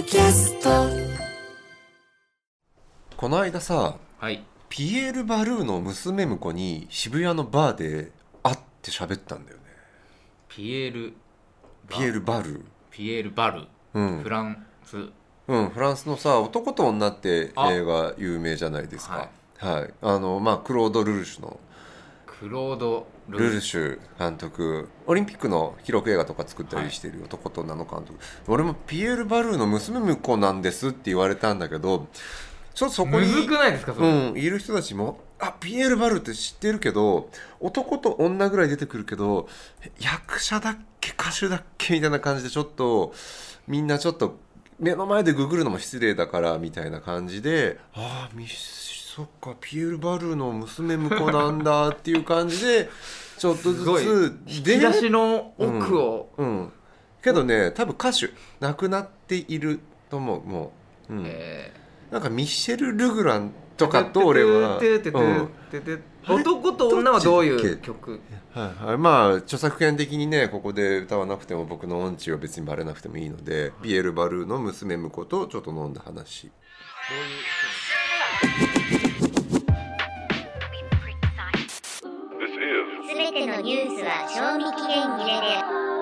キャスト。 この間さ、 はい、 ピエール・バルーの娘婿に渋谷のバーで会って喋ったんだよね。 ピエール・バルー、うん、 フランス、 フランスのさ、男と女って映画有名じゃないですか。はい、クロード・ルルシュのルルシュ監督、オリンピックの記録映画とか作ったりしてる男と女の監督、俺もピエール・バルーの娘婿なんですって言われたんだけど、ちょっとそこにむずくないですかそれ、 いる人たちもピエール・バルーって知ってるけど、男と女ぐらい出てくるけど役者だっけ歌手だっけみたいな感じで、ちょっとみんなちょっと目の前でググるのも失礼だからみたいな感じで、そっかピエール・バルーの娘婿なんだっていう感じでちょっとずつ引き出しの奥を、 けどね、多分歌手亡くなっていると思う。もう、なんかミッシェル・ルグランとかと俺は、 男と女はどういう曲？ 著作権的にね、ここで歌わなくても僕の音痴は別にバレなくてもいいので、ピエール・バルーの娘婿とちょっと飲んだ話。 すべてのニュースは賞味期限切れで。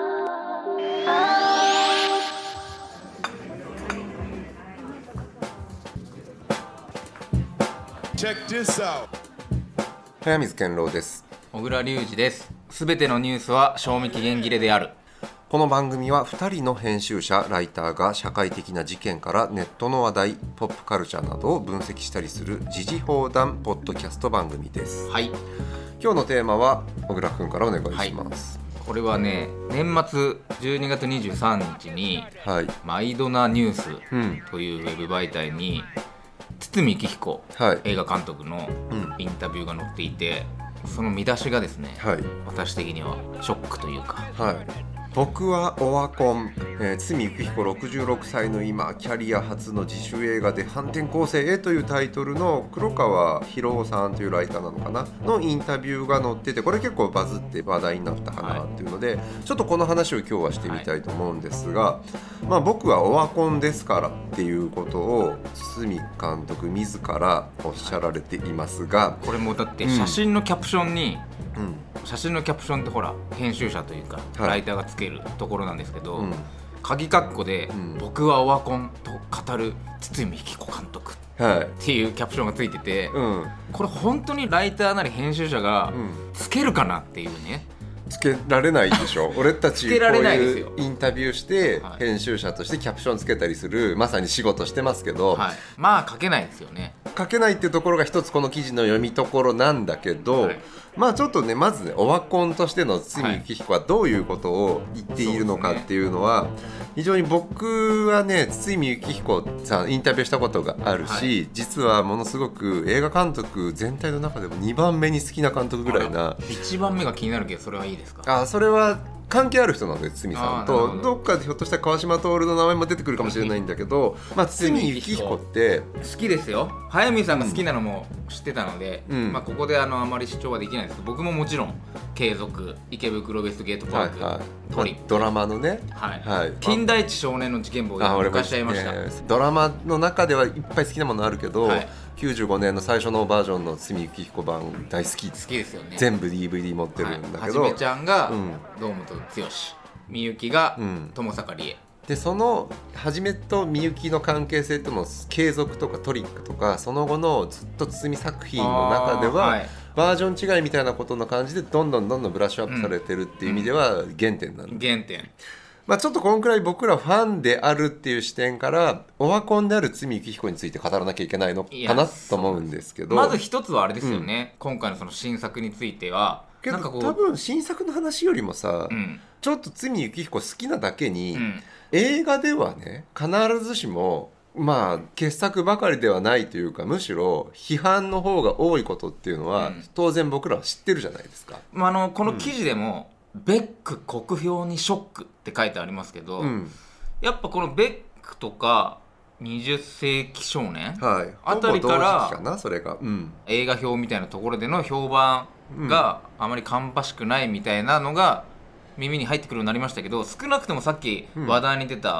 早水健郎です。 小倉隆二です。すべてのニュースは賞味期限切れである。 この番組は2人の編集者ライターが社会的な事件からネットの話題、ポップカルチャーなどを分析したりする時事放談ポッドキャスト番組です。 はい、 今日のテーマは小倉くんからお願いします。 これはね、年末12月23日に、マイドナニュースというウェブ媒体に堤幸彦、映画監督のインタビューが載っていて、その見出しがですね、私的にはショックというか、僕はオワコン、堤幸彦66歳の今キャリア初の自主映画で反転攻勢へというタイトルの黒川博夫さんというライターなのかなのインタビューが載ってて、これ結構バズって話題になったかなっていうので、ちょっとこの話を今日はしてみたいと思うんですが、僕はオワコンですからっていうことを堤監督自らおっしゃられていますが、 これもだって写真のキャプションに、写真のキャプションってほら編集者というかライターがつけるところなんですけど、鍵括弧で、僕はオワコンと語る堤幸彦監督っていうキャプションがついてて、これ本当にライターなり編集者がつけるかなっていうね。 つけられないでしょ俺たちこういうインタビューして編集者としてキャプションつけたりする、まさに仕事してますけど、 書けないですよね。 書けないっていうところが一つこの記事の読みどころなんだけど、ちょっとね、まずね、オワコンとしての堤幸彦はどういうことを言っているのかっていうのは、非常に僕はね、堤幸彦さんインタビューしたことがあるし、実はものすごく映画監督全体の中でも2番目に好きな監督ぐらいな。 1番目が気になるけど、それはいいですか？ それは関係ある人なので、堤さんとどっかでひょっとしたら川島徹の名前も出てくるかもしれないんだけど、堤幸彦って好きですよ。早見さんが好きなのも知ってたので、ここであまり主張はできないですけど、僕ももちろん継続池袋ウエストゲートパーク、トリップ、 ドラマのね、 金田一少年の事件簿を抜かしちゃいました。 ドラマの中ではいっぱい好きなものあるけど、95年の最初のバージョンの堤幸彦版大好きですよね。 全部 DVD 持ってるんだけど、 はじめちゃんが堂本剛、みゆきが友坂理恵で、そのはじめとみゆきの関係性との継続とかトリックとか、その後のずっと堤作品の中ではバージョン違いみたいなことの感じでどんどんブラッシュアップされてるっていう意味では原点なんで、ちょっとこのくらい僕らファンであるっていう視点からオワコンである堤幸彦について語らなきゃいけないのかなと思うんですけど、 まず一つはあれですよね、今回のその新作についてはけど多分新作の話よりもさ、ちょっと堤幸彦好きなだけに、映画ではね必ずしも傑作ばかりではないというか、むしろ批判の方が多いことっていうのは、当然僕らは知ってるじゃないですか。 この記事でも、ベック酷評にショックって書いてありますけど、やっぱこのベックとか20世紀少年、あたりからそれが、 映画表みたいなところでの評判があまり芳しくないみたいなのが耳に入ってくるようになりましたけど、少なくともさっき話題に出た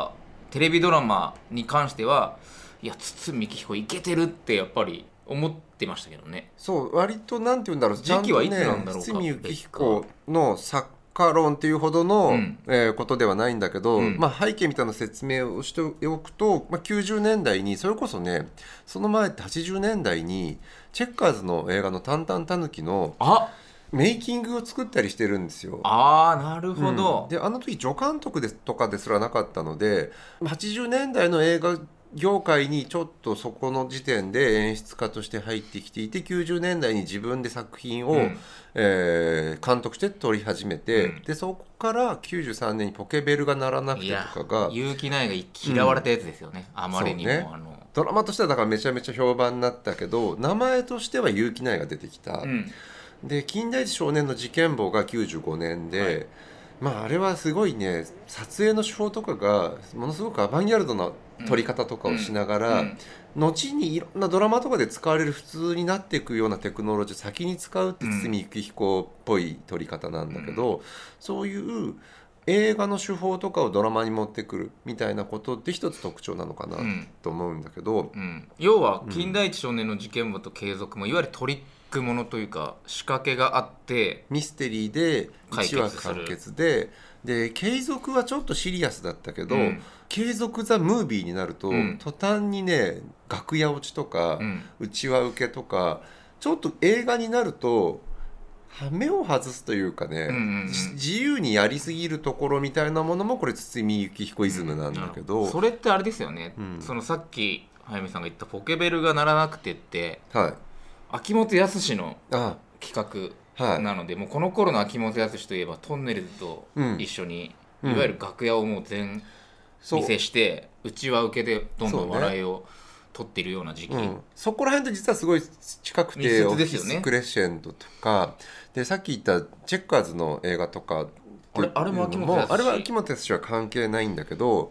テレビドラマに関してはいや堤幸彦いけてるってやっぱり思ってましたけどね。 そう割となんて言うんだろう、 時期はいつなんだろうか、 堤幸彦の作家論っていうほどの、ことではないんだけど、背景みたいな説明をしておくと、90年代にそれこそね、その前って80年代にチェッカーズの映画のタンタンタヌキのメイキングを作ったりしてるんですよ。 なるほど、 であの時助監督とかですらなかったので、80年代の映画業界にちょっとそこの時点で演出家として入ってきていて、90年代に自分で作品を、監督して撮り始めて、でそこから93年にポケベルが鳴らなくてとかが結城内が嫌われたやつですよね、あまりにも、ね、 ドラマとしてはだからめちゃめちゃ評判になったけど、名前としては結城内が出てきた、で金田一少年の事件簿が95年で、あれはすごいね、撮影の手法とかがものすごくアバンギャルドな撮り方とかをしながら、後にいろんなドラマとかで使われる普通になっていくようなテクノロジーを先に使うって堤幸彦っぽい撮り方なんだけど、そういう映画の手法とかをドラマに持ってくるみたいなことって一つ特徴なのかなと思うんだけど、 要は金田一少年の事件簿と継続もいわゆるトリックものというか仕掛けがあってミステリーで1話完結で、継続はちょっとシリアスだったけど、継続ザ・ムービーになると、途端にね楽屋落ちとか、内輪受けとかちょっと映画になると羽目を外すというかね、自由にやりすぎるところみたいなものもこれ堤幸彦イズムなんだけど、 それってあれですよね、そのさっき早見さんが言ったポケベルが鳴らなくてって、秋元康の企画なので、もうこの頃の秋元康といえばトンネルズと一緒に、いわゆる楽屋をもう全見せして、内輪受けでどんどん笑いを取っているような時期、 そこら辺と実はすごい近くて、オフィスクレッシェンドとかで、さっき言ったチェッカーズの映画とかあれも秋元康、 あれは秋元康は関係ないんだけど、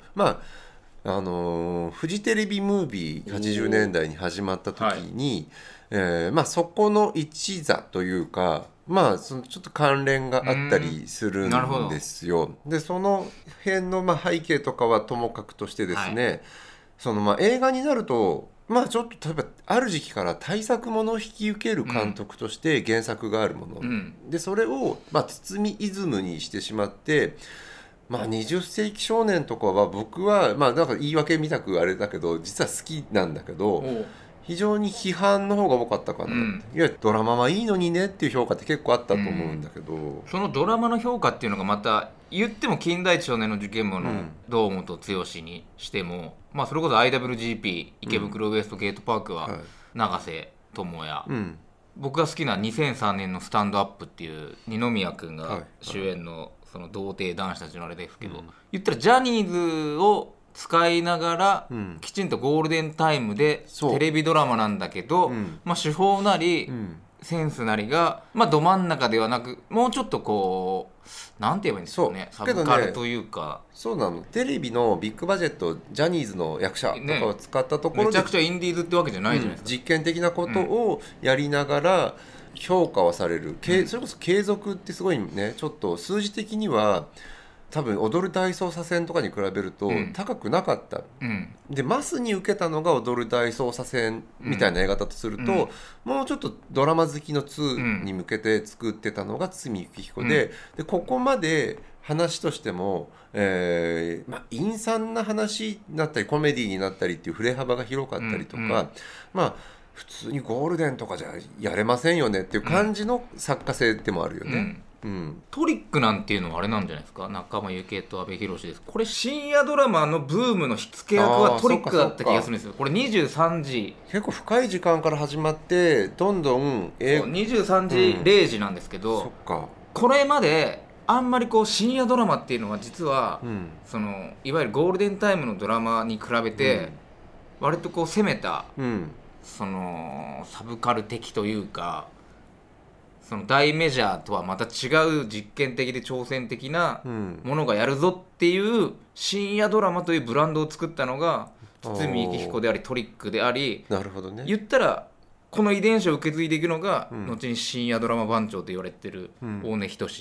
フジテレビムービー80年代に始まった時に、そこの一座というか、そのちょっと関連があったりするんですよ。でその辺の背景とかはともかくとしてですね、その映画になるとちょっと例えばある時期から大作ものを引き受ける監督として原作があるもの、でそれを堤イズムにしてしまって、20世紀少年とかは僕はなんか言い訳みたくあれだけど実は好きなんだけど、非常に批判の方が多かったかな、いわゆるドラマはいいのにねっていう評価って結構あったと思うんだけど、 そのドラマの評価っていうのがまた言っても金田一少年の事件簿の堂本剛にしても、それこそ IWGP 池袋ウエストゲートパークは永瀬智也、僕が好きな2003年のスタンドアップっていう二宮君が主演のその童貞男子たちのあれですけど、言ったらジャニーズを使いながら、きちんとゴールデンタイムでテレビドラマなんだけど、手法なり、センスなりが、ど真ん中ではなく、もうちょっとこうなんて言えばいいんですかね、サブカルというか、 そうなの、テレビのビッグバジェットジャニーズの役者とかを使ったところで、 めちゃくちゃインディーズってわけじゃないじゃないですか、 実験的なことをやりながら評価はされる、それこそ継続ってすごいね、ちょっと数字的には多分踊る大捜査線とかに比べると高くなかった、でマスに受けたのが踊る大捜査線みたいな映画だとすると、もうちょっとドラマ好きの2に向けて作ってたのが堤幸彦で、ここまで話としても、陰惨な話になったりコメディになったりっていう振れ幅が広かったりとか、普通にゴールデンとかじゃやれませんよねっていう感じの作家性でもあるよね、 トリックなんていうのはあれなんじゃないですか、仲間由紀恵と阿部寛です。これ深夜ドラマのブームの火付け役はトリックだった気がするんですよ。これ23時結構深い時間から始まってどんどん 23時、0時なんですけど、これまであんまりこう深夜ドラマっていうのは実は、そのいわゆるゴールデンタイムのドラマに比べて、割とこう攻めた、そのサブカル的というか、その大メジャーとはまた違う実験的で挑戦的なものがやるぞっていう深夜ドラマというブランドを作ったのが堤幸彦でありトリックであり、 なるほどね、 言ったらこの遺伝子を受け継いでいくのが、後に深夜ドラマ番長と言われてる大根仁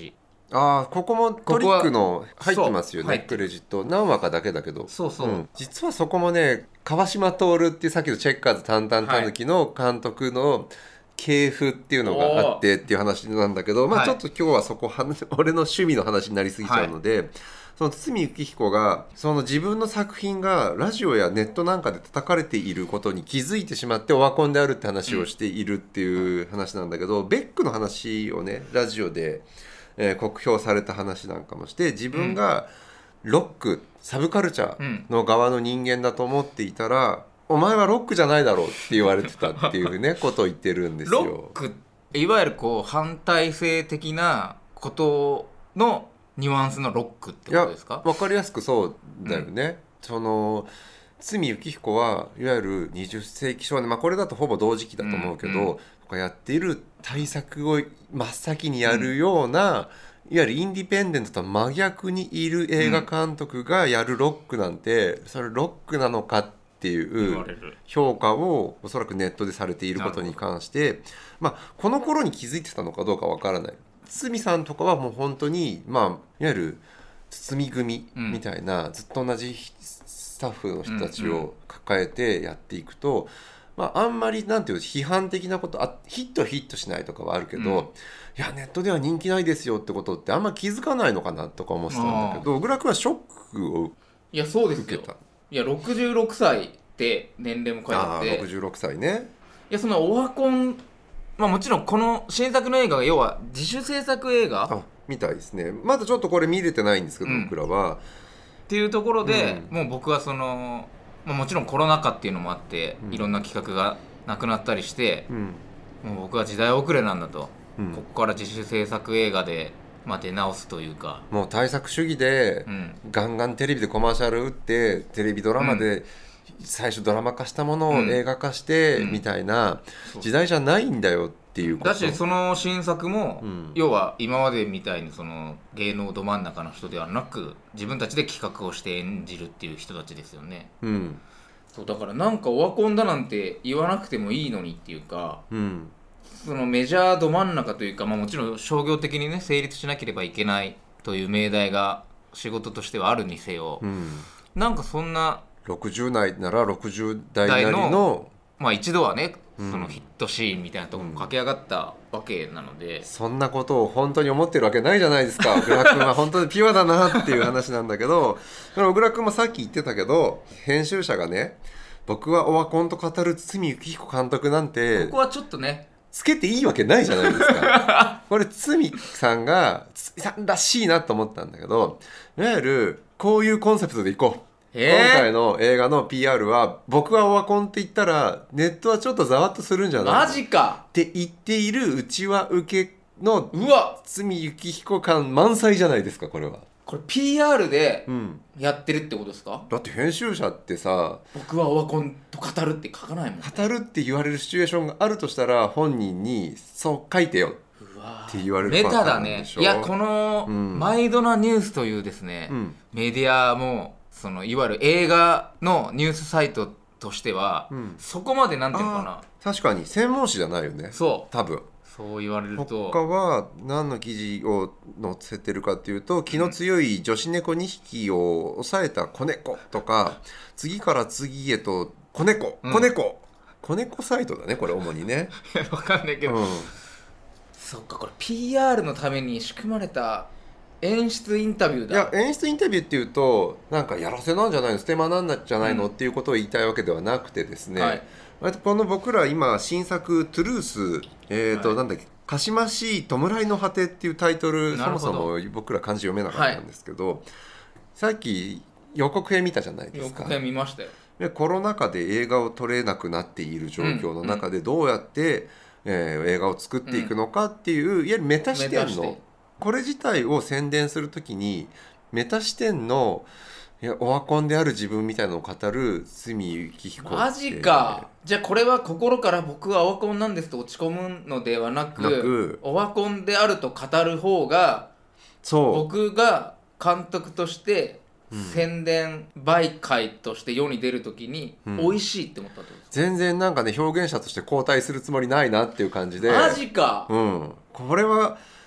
ここもトリックの入ってますよね。クレジット何話かだけだけど、実はそこもね、川島徹っていうさっきのチェッカーズタンタンタヌキの監督の系譜っていうのがあってっていう話なんだけど、ちょっと今日はそこ俺の趣味の話になりすぎちゃうので、その堤幸彦がその自分の作品がラジオやネットなんかで叩かれていることに気づいてしまってオワコンであるって話をしているっていう話なんだけど、ベックの話をねラジオで酷評された話なんかもして、自分がロックサブカルチャーの側の人間だと思っていたら、お前はロックじゃないだろうって言われてたっていうねことを言ってるんですよ。 ロックいわゆるこう反体制的なことのニュアンスのロックってことですか？ いや分かりやすくそうだよね、その堤幸彦はいわゆる20世紀少年、これだとほぼ同時期だと思うけど、とかやっている対策を真っ先にやるような、いわゆるインディペンデントとは真逆にいる映画監督がやるロックなんて、それロックなのかっていう評価をおそらくネットでされていることに関して、この頃に気づいてたのかどうかわからない。堤さんとかはもう本当に、いわゆる堤組みたいな、ずっと同じスタッフの人たちを抱えてやっていくと、あんまりなんていう批判的なことヒットしないとかはあるけど、いやネットでは人気ないですよってことってあんま気づかないのかなとか思ってたんだけど、小倉君はショックを受けた。 いやそうですよ。いや66歳って年齢も書いてあって、 66歳ね。 いやそのオワコン、もちろんこの新作の映画が要は自主制作映画みたいですね。まだちょっとこれ見れてないんですけど、僕らはっていうところで、もう僕はその、もちろんコロナ禍っていうのもあって、いろんな企画がなくなったりして、もう僕は時代遅れなんだと、ここから自主制作映画で出直すというか、 もう対策主義で、ガンガンテレビでコマーシャル打ってテレビドラマで、最初ドラマ化したものを映画化してみたいな時代じゃないんだよっていうことだし、その新作も、要は今までみたいにその芸能ど真ん中の人ではなく、自分たちで企画をして演じるっていう人たちですよね。そうだからなんかオワコンだなんて言わなくてもいいのにっていうか、そのメジャーど真ん中というか、もちろん商業的にね成立しなければいけないという命題が仕事としてはあるにせよ、なんかそんな 60代なら60代なりの一度はね、そのヒットシーンみたいなところも駆け上がったわけなので、 そんなことを本当に思ってるわけないじゃないですか。小倉君は本当にピュアだなっていう話なんだけど、小倉君もさっき言ってたけど、編集者がね、僕はオワコンと語る堤幸彦監督なんてここはちょっとねつけていいわけないじゃないですか。これ堤さんがらしいなと思ったんだけど、いわゆるこういうコンセプトでいこう、今回の映画の PR は僕はオワコンって言ったらネットはちょっとざわっとするんじゃないマジかって言っている内輪受けの堤幸彦感満載じゃないですか。これはこれ PR でやってるってことですか？ だって編集者ってさ、 僕はオワコンと語るって書かないもん、ね、 語るって言われるシチュエーションがあるとしたら本人にそう書いてよって言われるパターンでしょ。メタだね。いやこのマイドナニュースというですね、メディアもそのいわゆる映画のニュースサイトとしては、そこまでなんていうのかな、 確かに専門誌じゃないよね。 そう多分そう言われると。 他は何の記事を載せてるかっていうと、気の強い女子猫2匹を抑えた子猫とか、次から次へと子猫サイトだねこれ主にね。 分かんないけど、そっか、これ PR のために仕組まれた演出インタビューだ。 いや演出インタビューっていうとなんかやらせなんじゃないの、ステマなんじゃないの、っていうことを言いたいわけではなくてですね、この僕ら今新作トゥルース、なんだっけ、鹿島市弔いの果てっていうタイトル、そもそも僕ら漢字読めなかったんですけど、さっき予告編見たじゃないですか。 予告編見ましたよ。 でコロナ禍で映画を撮れなくなっている状況の中でどうやって、映画を作っていくのかっていう、いわゆるメタ視点のこれ自体を宣伝するときにメタ視点のオワコンである自分みたいなのを語る堤幸彦。 マジか。じゃあこれは心から僕はオワコンなんですと落ち込むのではなくオワコンであると語る方が、僕が監督として宣伝媒介として世に出るときに美味しいって思ったってことですか？ 全然なんかね、表現者として交代するつもりないなっていう感じで。 マジか。 これは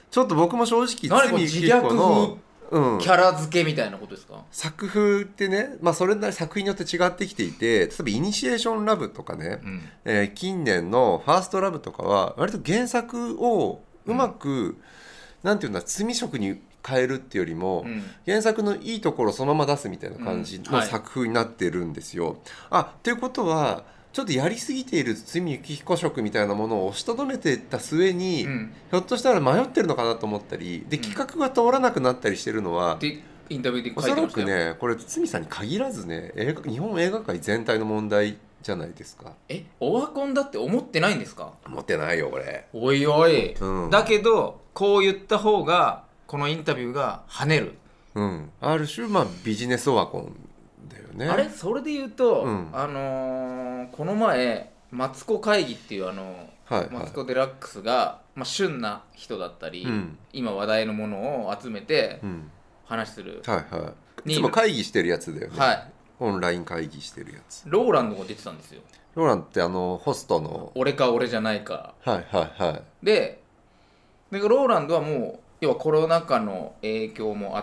ちょっと僕も正直何自虐風キャラ付けみたいなことですか？ 作風ってね、それなり作品によって違ってきていて、例えばイニシエーションラブとかね、近年のファーストラブとかは割と原作をうまく、なんていうんだ、罪色に変えるっていうよりも、原作のいいところをそのまま出すみたいな感じの作風になってるんですよ。っていうことはちょっとやりすぎている堤幸彦色みたいなものを押しとどめていった末に、ひょっとしたら迷ってるのかなと思ったりで、企画が通らなくなったりしてるのは、 インタビューで書いてましたよ。 おそらくね、これ堤さんに限らずね、日本映画界全体の問題じゃないですか。 オワコンだって思ってないんですか？ 思ってないよこれ。 おいおい、だけどこう言った方がこのインタビューが跳ねる、 ある種ビジネスオワコンだよね。 あれそれで言うと、この前マツコ会議っていうマツコ・デラックスが、旬な人だったり、今話題のものを集めて話する、 いつも会議してるやつだよね、オンライン会議してるやつ。 ローランドが出てたんですよ。 ローランドってホストの俺か俺じゃないか、でローランドはもう要はコロナ禍の影響もあって、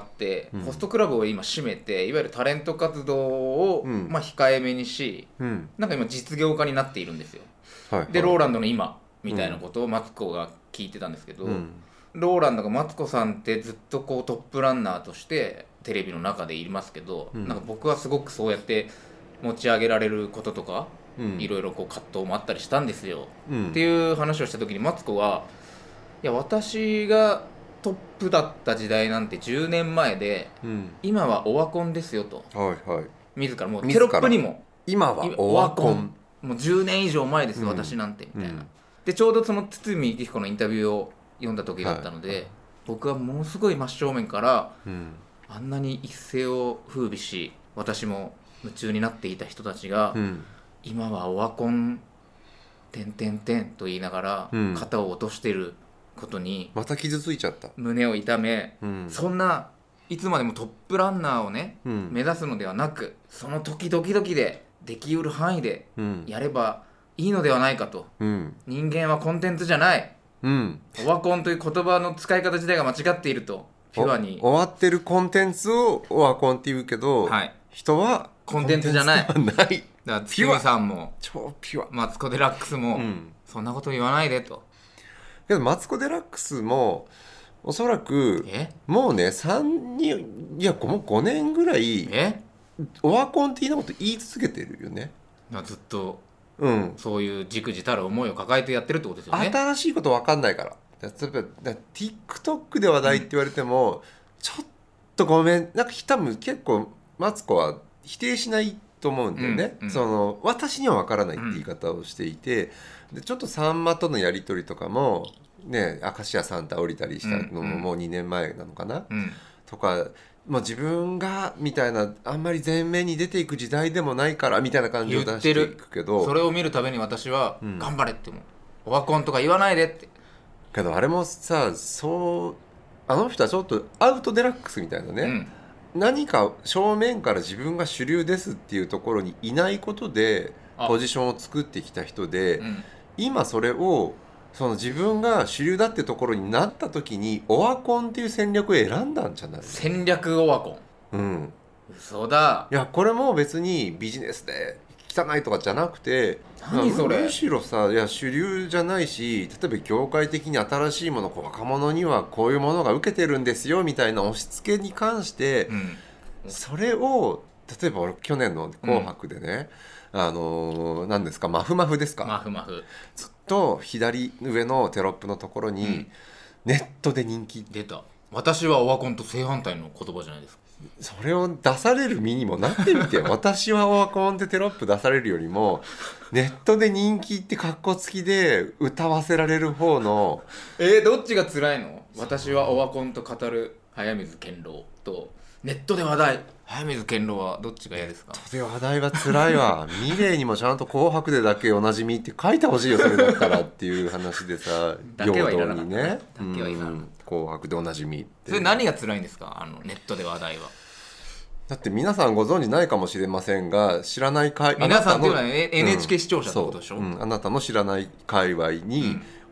ホストクラブを今閉めて、いわゆるタレント活動を、控えめにし、なんか今実業家になっているんですよ、でローランドの今みたいなことをマツコが聞いてたんですけど、ローランドがマツコさんってずっとこうトップランナーとしてテレビの中でいますけど、なんか僕はすごくそうやって持ち上げられることとか、いろいろこう葛藤もあったりしたんですよ、っていう話をした時にマツコが、いや私がトップだった時代なんて10年前で、今はオワコンですよと、自らもうテロップにも今はオワコン、 もう10年以上前です、私なんてみたいな、でちょうどその堤幸彦のインタビューを読んだ時だったので、僕はものすごい真正面から、あんなに一世を風靡し私も夢中になっていた人たちが、今はオワコンと言いながら、肩を落としていることにまた傷ついちゃった、 胸を痛め、そんないつまでもトップランナーをね、目指すのではなく、その時々でできうる範囲でやればいいのではないかと、人間はコンテンツじゃない、オワコンという言葉の使い方自体が間違っていると、ピュアに終わってるコンテンツをオワコンって言うけど、人はコンテンツじゃない。だから堤さんも超ピュア、 マツコ・デラックスも、そんなこと言わないでと。 けどマツコ・デラックスもおそらくもうねもう5年ぐらいオワコンってこと言い続けてるよね。 ずっと、そういうじくじたる思いを抱えてやってるってことですよね。 新しいこと分かんないから。例えばTikTok で話題って言われても、ちょっとごめん、なんか多分結構マツコは否定しないと思うんだよね、私には分からないって言い方をしていて、でちょっとさんまとのやり取りとかもね、明石家サンタ降りたりしたのももう2年前なのかな、とか、自分がみたいな、あんまり前面に出ていく時代でもないからみたいな感じを出していくけど、 それを見るために私は頑張れってオワコンとか言わないでって。 けどあれもさ、あの人はちょっとアウトデラックスみたいなね、何か正面から自分が主流ですっていうところにいないことでポジションを作ってきた人で、今それを自分が主流だってところになった時にオワコンっていう戦略を選んだんじゃない？ 戦略オワコン、嘘だ。 いや、これも別にビジネスで汚いとかじゃなくて、 何それ？ むしろさ、いや主流じゃないし、例えば業界的に新しいもの、若者にはこういうものが受けてるんですよみたいな押し付けに関して、それを例えば俺去年の紅白でね、何ですか、マフマフですか、 マフマフずっと左上のテロップのところに、ネットで人気出た。私はオワコンと正反対の言葉じゃないですか。 それを出される身にもなってみて私はオワコンってテロップ出されるよりもネットで人気ってカッコつきで歌わせられる方のどっちが辛いの？私はオワコンと語る早水健郎とネットで話題早水健郎はどっちが嫌ですか？ ネットで話題は辛いわミレイにもちゃんと紅白でだけおなじみって書いてほしいよ、それだったらっていう話でさ平等にね、紅白でおなじみって。 それ何が辛いんですか？ネットで話題は。 だって皆さんご存知ないかもしれませんが、知らない皆さんっていうのは NHK 視聴者ってことでしょ、 あなたの知らない界隈に、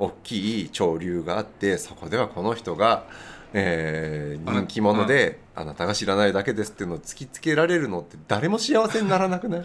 大きい潮流があって、そこではこの人が、人気者で、あなたが知らないだけですっていうのを突きつけられるのって誰も幸せにならなくない？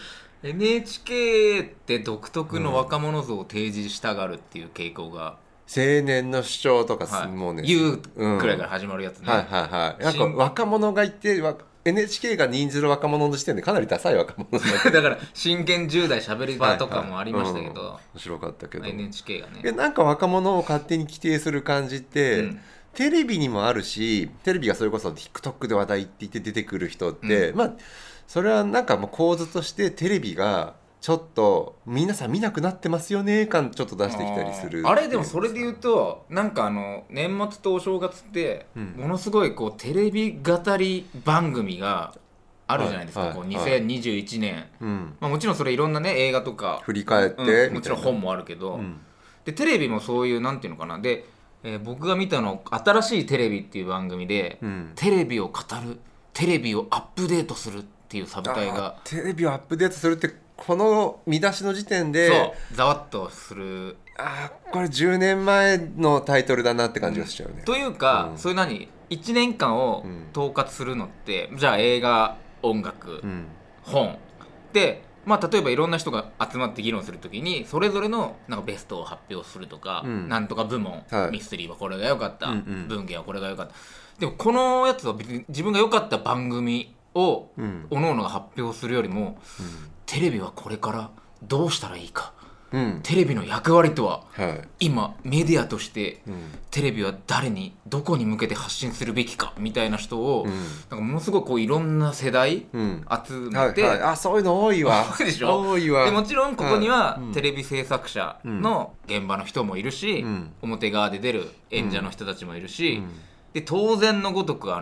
NHK って独特の若者像を提示したがるっていう傾向が、 青年の主張とか、もうね、 言うくらいから始まるやつね、 はいはいはい、なんか若者がいて、NHK が任ずる若者の時点でかなりダサい若者だから真剣10代しゃべり場とかもありましたけど、 面白かったけど NHK がね、 なんか若者を勝手に規定する感じって、テレビにもあるし、テレビがそれこそ TikTok で話題って言って出てくる人って、まあそれはなんかもう構図としてテレビがちょっと皆さん見なくなってますよね感ちょっと出してきたりする。 あれでもそれで言うと、なんか年末とお正月ってものすごいこうテレビ語り番組があるじゃないですか、こう2021年、まあ、もちろんそれいろんなね映画とか振り返って、 もちろん本もあるけど、でテレビもそういうなんていうのかな、で、僕が見たの新しいテレビっていう番組で、テレビを語る、テレビをアップデートするっていうサブタイが、 テレビをアップデートするってこの見出しの時点でそうざわっとする。 これ10年前のタイトルだなって感じがしちゃうね、 というか、そういう1年間を統括するのって、じゃあ映画、音楽、本で、まあ、例えばいろんな人が集まって議論するときにそれぞれのなんかベストを発表するとか、なんとか部門、ミステリーはこれが良かった、文芸はこれが良かった。でもこのやつは別に自分が良かった番組を各々が発表するよりも、テレビはこれからどうしたらいいか、テレビの役割とは、今メディアとして、テレビは誰にどこに向けて発信するべきかみたいな人を、なんかものすごくこういろんな世代集めて、 そういうの多いわ多いでしょ。 多いわ。 でもちろんここにはテレビ制作者の現場の人もいるし、表側で出る演者の人たちもいるし、で当然のごとく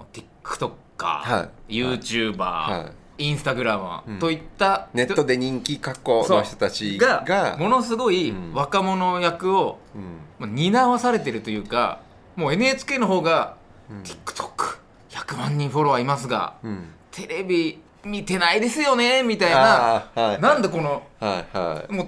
TikToker、YouTuber、インスタグラマーといったネットで人気格好の人たちがものすごい若者役を担わされてるというか、もう NHK の方が TikTok100 万人フォロワーいますが、テレビ見てないですよねみたいな、なんでこのもう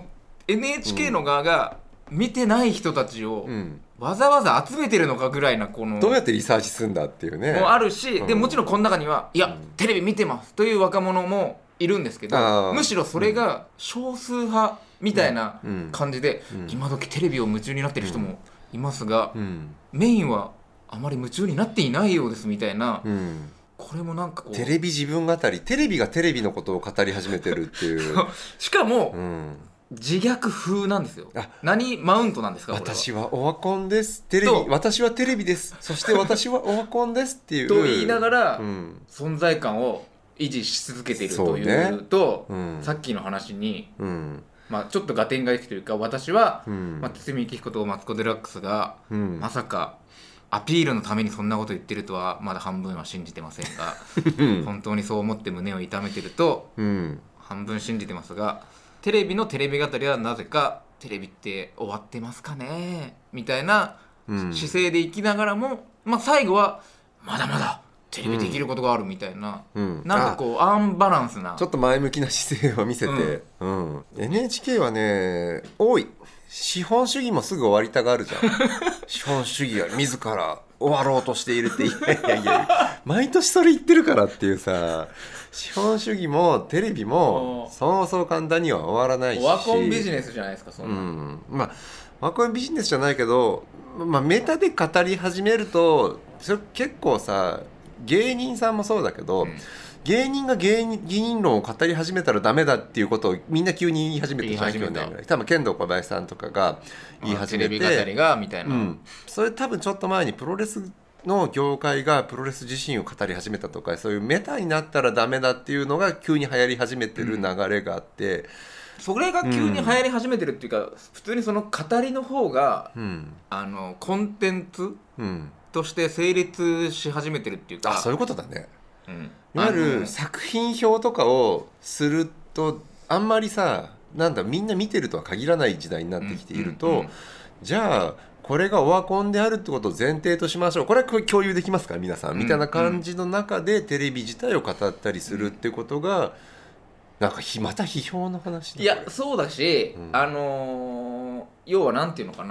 NHK の側が見てない人たちをわざわざ集めてるのかぐらいな、このどうやってリサーチするんだっていうねもあるし、でもちろんこの中にはいやテレビ見てますという若者もいるんですけど、むしろそれが少数派みたいな感じで、今時テレビを夢中になってる人もいますが、メインはあまり夢中になっていないようですみたいな、これもなんかこうテレビ自分語り、テレビがテレビのことを語り始めてるっていうしかも、自虐風なんですよ。何マウントなんですか？ 私はオワコンです、テレビ、私はテレビです、そして私はオワコンですっていうと言いながら、存在感を維持し続けているというと、さっきの話に、まあ、ちょっと合点がいくというか、私は、堤幸彦とマツコ・デラックスが、まさかアピールのためにそんなこと言ってるとはまだ半分は信じてませんが本当にそう思って胸を痛めてると、半分信じてますが、テレビのテレビ語りはなぜかテレビって終わってますかねみたいな姿勢で生きながらも、まあ、最後はまだまだテレビできることがあるみたいな、なんかこうアンバランスなちょっと前向きな姿勢を見せて、NHK はね多い。資本主義もすぐ終わりたがるじゃん資本主義は自ら終わろうとしているって、いや毎年それ言ってるからっていうさ、資本主義もテレビもそう簡単には終わらないし、 オワコンビジネスじゃないですかそんな、 まあオワコンビジネスじゃないけど、まあ、メタで語り始めるとそれ結構さ、芸人さんもそうだけど、芸人が芸人論を語り始めたらダメだっていうことをみんな急に言い始めてじゃん、去年ぐらい。多分剣道小林さんとかが言い始めて、 テレビ語りがみたいな、 それ多分ちょっと前にプロレスの業界がプロレス自身を語り始めたとか、そういうメタになったらダメだっていうのが急に流行り始めてる流れがあって、 それが急に流行り始めてるっていうか、普通にその語りの方が、コンテンツ、として成立し始めてるっていうか、 そういうことだね。いわゆる作品表とかをするとあんまりさ、なんだみんな見てるとは限らない時代になってきていると、じゃあこれがオワコンであるってことを前提としましょう、これは共有できますか皆さん、みたいな感じの中でテレビ自体を語ったりするってことが、なんかまた批評の話だ。 いやそうだし、要はなんていうのかな、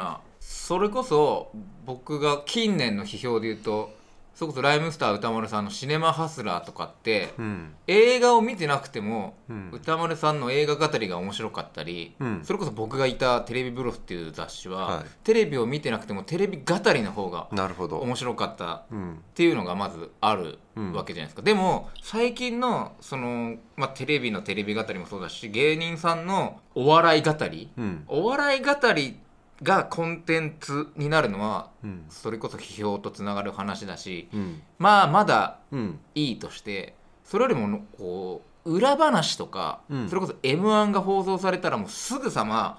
それこそ僕が近年の批評で言うと、それこそライムスター歌丸さんのシネマハスラーとかって、映画を見てなくても、歌丸さんの映画語りが面白かったり、それこそ僕がいたテレビブロスっていう雑誌は、テレビを見てなくてもテレビ語りの方が面白かったっていうのがまずあるわけじゃないですか。でも最近のその、テレビのテレビ語りもそうだし、芸人さんのお笑い語り、お笑い語りがコンテンツになるのは、それこそ批評とつながる話だし、まだいいとして、それよりもこう裏話とか、それこそ M1 が放送されたらもうすぐさま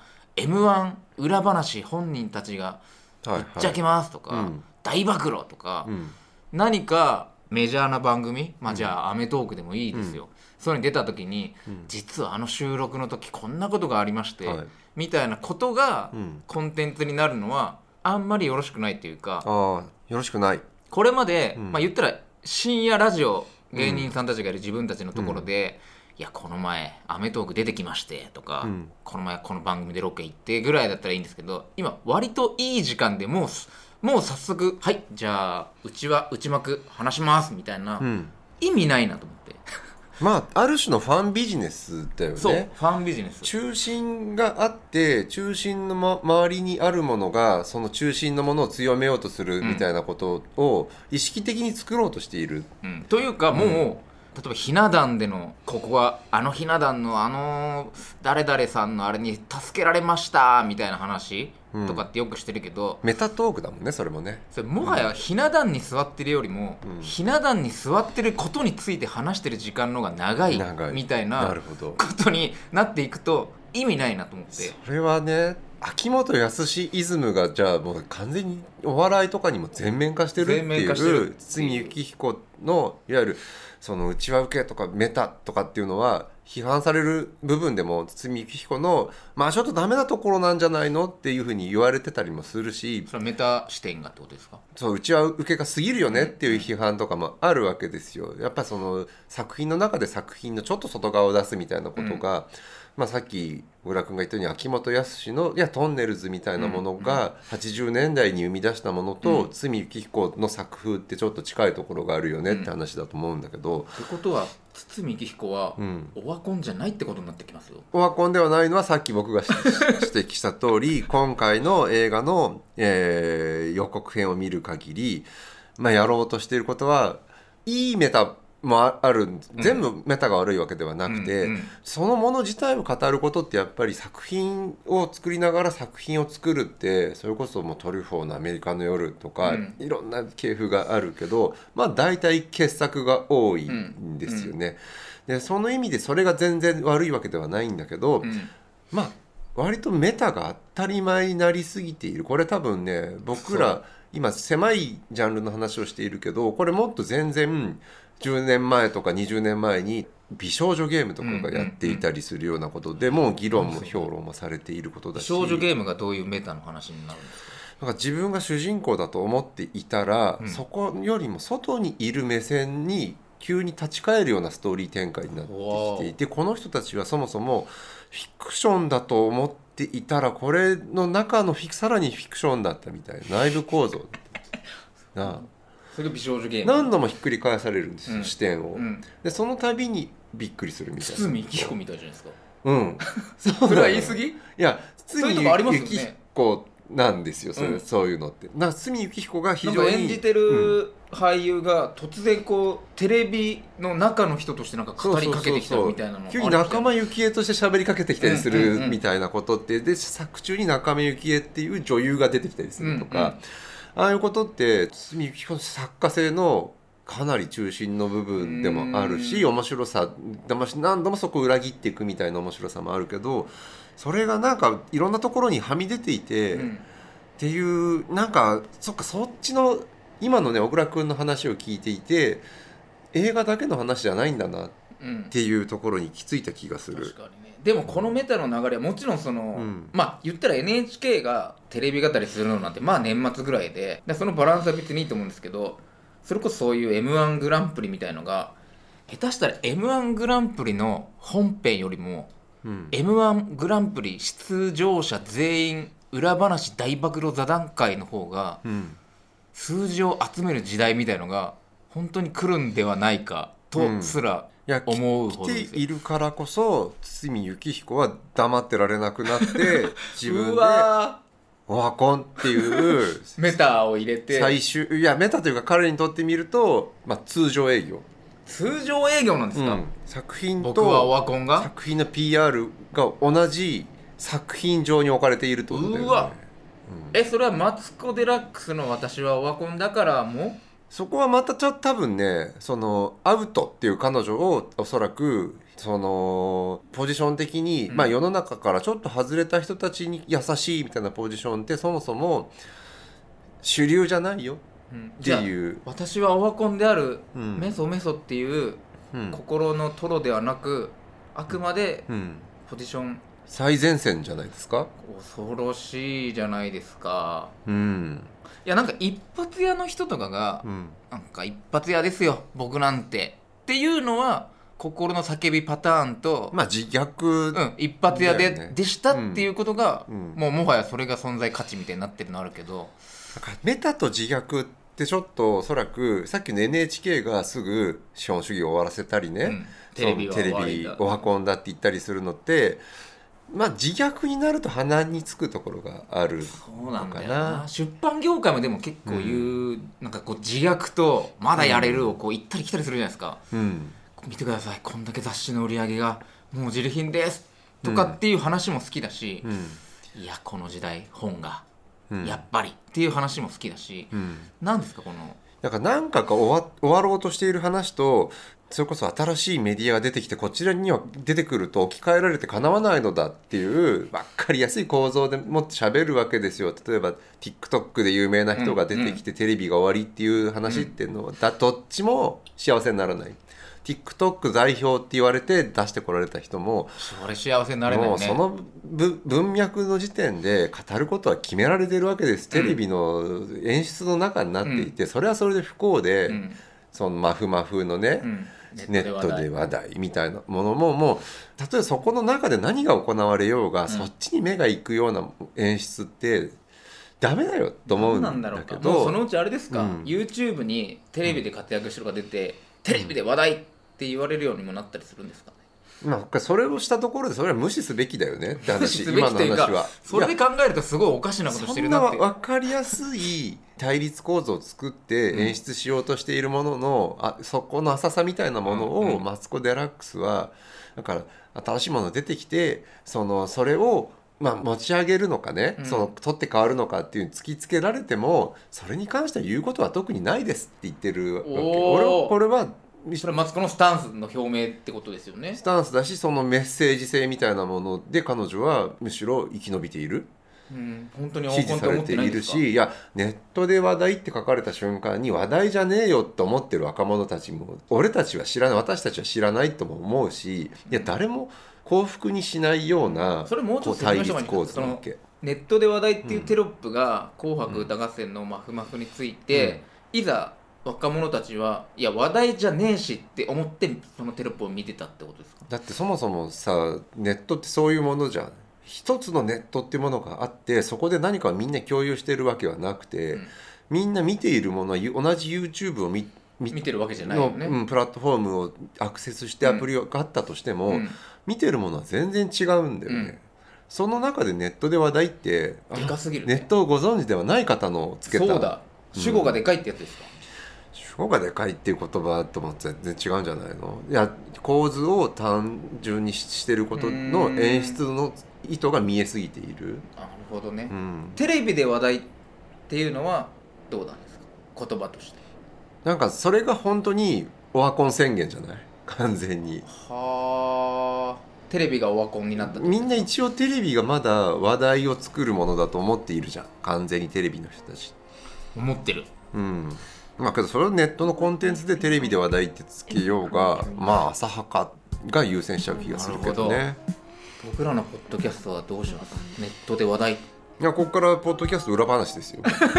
M1 裏話本人たちがぶっちゃけますとか、大暴露とか、何かメジャーな番組、じゃあアメトーークでもいいですよ、そういうのに出た時に、実はあの収録の時こんなことがありまして、みたいなことがコンテンツになるのはあんまりよろしくないっていうか、 よろしくない。 これまで、言ったら深夜ラジオ、芸人さんたちがいる自分たちのところで、いやこの前アメトーーク出てきましてとか、この前この番組でロケ行ってぐらいだったらいいんですけど、今割といい時間でもう早速、はいじゃあうちは内幕話しますみたいな、意味ないなと思って。 ある種のファンビジネスだよね。 そう、ファンビジネス。 中心があって、中心の、周りにあるものがその中心のものを強めようとするみたいなことを意識的に作ろうとしている、 というか、もう例えばひな壇での、ここはあのひな壇の誰々さんのあれに助けられましたみたいな話とかってよくしてるけど、 メタトークだもんね、それもね。 それもはやひな壇に座ってるよりも、ひな壇に座ってることについて話してる時間の方が長いみたいなことになっていくと意味ないなと思って。 それはね、秋元康イズムがじゃあもう完全にお笑いとかにも全面化してるっていう堤幸彦のいわゆるその内輪受けとかメタとかっていうのは批判される部分でも堤幸彦のちょっとダメなところなんじゃないのっていうふうに言われてたりもするし、 それはメタ視点がってことですか。 そう、内輪受けが過ぎるよねっていう批判とかもあるわけですよ。やっぱその作品の中で作品のちょっと外側を出すみたいなことが、さっき小倉君が言ったように秋元康のトンネルズみたいなものが80年代に生み出したものと堤幸彦の作風ってちょっと近いところがあるよねって話だと思うんだけど、 ということは堤幸彦はオワコンじゃないってことになってきますよ。 オワコンではないのはさっき僕が指摘した通り今回の映画の、予告編を見る限り、やろうとしていることはいいメタもある、全部メタが悪いわけではなくて、そのもの自体を語ることってやっぱり作品を作りながら作品を作るって、それこそもうトリュフォーのアメリカの夜とか、いろんな系譜があるけど、大体傑作が多いんですよね。でその意味でそれが全然悪いわけではないんだけど、割とメタが当たり前になりすぎている。これ多分ね、僕ら今狭いジャンルの話をしているけど、これもっと全然10年前とか20年前に美少女ゲームとかがやっていたりするようなことでもう議論も評論もされていることだし、 美少女ゲームがどういうメタの話になるんですか。 なんか自分が主人公だと思っていたら、そこよりも外にいる目線に急に立ち返るようなストーリー展開になってきていて、この人たちはそもそもフィクションだと思っていたら、これの中のさらにフィクションだったみたいな内部構造なそれが美少女ゲーム何度もひっくり返されるんですよ、視点を、でその度にびっくりするみたいな。 堤幸彦みたいじゃないですか。 それは言い過ぎ。 いや堤幸彦なんですよ、そういうのって。堤幸彦が非常に演じてる俳優が突然こうテレビの中の人としてなんか語りかけてきたみたいなの、 急に仲間由紀恵として喋りかけてきたりするみたいなことって、で作中に仲間由紀恵っていう女優が出てきたりするとか、ああいうことって堤幸彦の作家性のかなり中心の部分でもあるし、面白さ何度もそこを裏切っていくみたいな面白さもあるけど、それがなんかいろんなところにはみ出ていて、っていうなんかそっちの今のね小倉君の話を聞いていて、映画だけの話じゃないんだなっていうところに気づいた気がする。 確かにね。でもこのメタの流れはもちろんその、言ったら NHK がテレビ語りするのなんて年末ぐらいでそのバランスは別にいいと思うんですけど、それこそそういう M1 グランプリみたいのが下手したら M1 グランプリの本編よりも、M1 グランプリ出場者全員裏話大暴露座談会の方が、数字を集める時代みたいのが本当に来るんではないかとすら思うほどですよ。 来ているからこそ堤幸彦は黙ってられなくなって自分でオワコンっていうメタを入れて最終メタというか彼にとってみると、通常営業なんですか、 作品と僕はオワコンが作品の PR が同じ作品上に置かれているってことだよね。 うわ、それはマツコ・デラックスの私はオワコンだからもそこはまた多分ね、そのアウトっていう彼女をおそらくそのポジション的に、世の中からちょっと外れた人たちに優しいみたいなポジションってそもそも主流じゃないよっていう、 私はオワコンである、メソメソっていう、心のトロではなくあくまでポジション、 最前線じゃないですか。 恐ろしいじゃないですか。いやなんか一発屋の人とかが、なんか一発屋ですよ僕なんてっていうのは心の叫びパターンと、 自虐、 一発屋でしたっていうことが、もはやそれが存在価値みたいになってるのあるけど、 メタと自虐ってちょっとおそらくさっきの NHK がすぐ資本主義を終わらせたりね、 テレビオワコンだって言ったりするのって自虐になると鼻につくところがあるのかな。 そうなんだよな。出版業界もでも結構なんかこう自虐とまだやれるをこう行ったり来たりするじゃないですか、見てくださいこんだけ雑誌の売り上げがもう自利品ですとかっていう話も好きだし、いやこの時代本がやっぱりっていう話も好きだし、なんですかこのだから何か終わろうとしている話と、それこそ新しいメディアが出てきてこちらには出てくると置き換えられてかなわないのだっていう分かりやすい構造でもって喋るわけですよ。例えば TikTok で有名な人が出てきてテレビが終わりっていう話っていうのは、どっちも幸せにならない。TikTok 代表って言われて出してこられた人もそれ幸せになれないね。 もうその文脈の時点で語ることは決められてるわけです。テレビの演出の中になっていて、それはそれで不幸で、そのマフのね、ネットで話題みたいなものももう例えばそこの中で何が行われようが、そっちに目が行くような演出ってダメだよと思うんだけど、 もうそのうちあれですか、YouTube にテレビで活躍してる人が出て、テレビで話題って言われるようにもなったりするんですかね。 それをしたところでそれは無視すべきだよねって話。 今の話はそれで考えるとすごいおかしなことしてるなって。 そんな分かりやすい対立構造を作って演出しようとしているものの、そこの浅さみたいなものをマツコ・デラックスはだから新しいものが出てきてそれを持ち上げるのかね、取って変わるのかっていう突きつけられてもそれに関しては言うことは特にないですって言ってるわけ。これはそれはマツコのスタンスの表明ってことですよね。 スタンスだし、そのメッセージ性みたいなもので彼女はむしろ生き延びている、 本当に支持されているし、いやネットで話題って書かれた瞬間に話題じゃねえよと思ってる若者たちも俺たちは知らない、私たちは知らないとも思うし、いや誰も幸福にしないようなそれもうちょっと説明した方がいいんですか。ネットで話題っていうテロップが紅白歌合戦のマフについて、いざ若者たちはいや話題じゃねえしって思ってそのテロップを見てたってことですか。 だってそもそもさ、ネットってそういうものじゃん。一つのネットっていうものがあってそこで何かをみんな共有してるわけはなくて、みんな見ているものは同じ YouTube を見てるわけじゃないよね。 プラットフォームをアクセスしてアプリがあったとしても、見てるものは全然違うんだよね、その中でネットで話題ってでかすぎる、ね、 ネットをご存知ではない方のつけた。 そうだ、主語がでかいってやつですか。 主語がでかいっていう言葉とも全然違うんじゃないの。いや構図を単純にしてることの演出の意図が見えすぎている。 なるほどね、テレビで話題っていうのはどうなんですか、言葉として。 なんかそれが本当にオワコン宣言じゃない、完全に。 はあ、テレビがオワコンになった。 みんな一応テレビがまだ話題を作るものだと思っているじゃん、完全にテレビの人たち思ってる。 けどそれをネットのコンテンツでテレビで話題ってつけようが浅はかが優先しちゃう気がするけどね。 僕らのポッドキャストはどうします？ネットで話題。 いや、ここからポッドキャスト裏話ですよ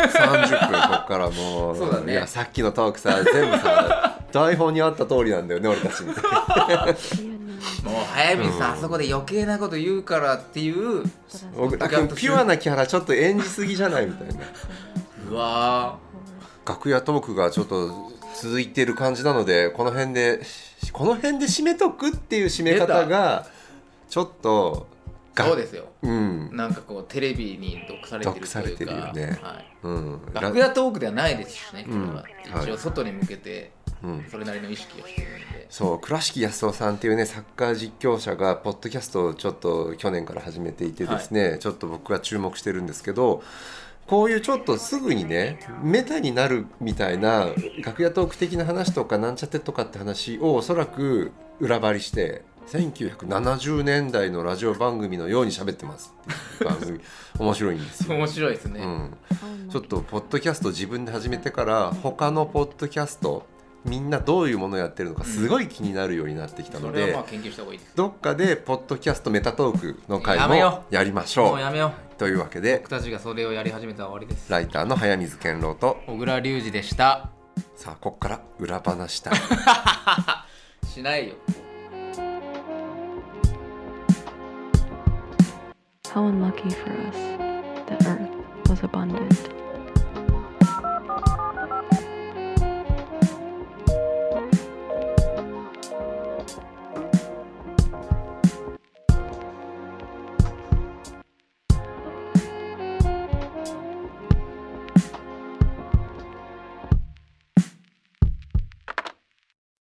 30分ここからもう。 そうだね。 いやさっきのトークさ全部さ台本にあった通りなんだよね俺たちもう早水さん、あそこで余計なこと言うからっていう僕だからピュアなキャラちょっと演じすぎじゃないみたいなうわ楽屋トークがちょっと続いている感じなのでこの辺で締めとくっていう締め方がちょっとそうですよ、 うん、 なんかこうテレビに毒されてるというかよね、 はいうん、楽屋トークではないですしね、これは、一応外に向けてそれなりの意識をしてるので、 そう倉敷康夫さんっていうねサッカー実況者がポッドキャストをちょっと去年から始めていてですね、ちょっと僕は注目してるんですけどこういうちょっとすぐにねメタになるみたいな楽屋トーク的な話とかなんちゃってとかって話をおそらく裏張りして1970年代のラジオ番組のように喋ってますっていう番組面白いんですよ。 面白いですね、 ちょっとポッドキャスト自分で始めてから他のポッドキャストみんなどういうものをやってるのかすごい気になるようになってきたので、 それはまあ研究した方がいいです。 どっかでポッドキャストメタトークの回もやりましょう。 もうやめようというわけで僕たちがそれをやり始めたら終わりです。 ライターの早水健郎と小倉隆二でした。 さあここから裏話したいしないよ。 How unlucky for us that Earth was abundant.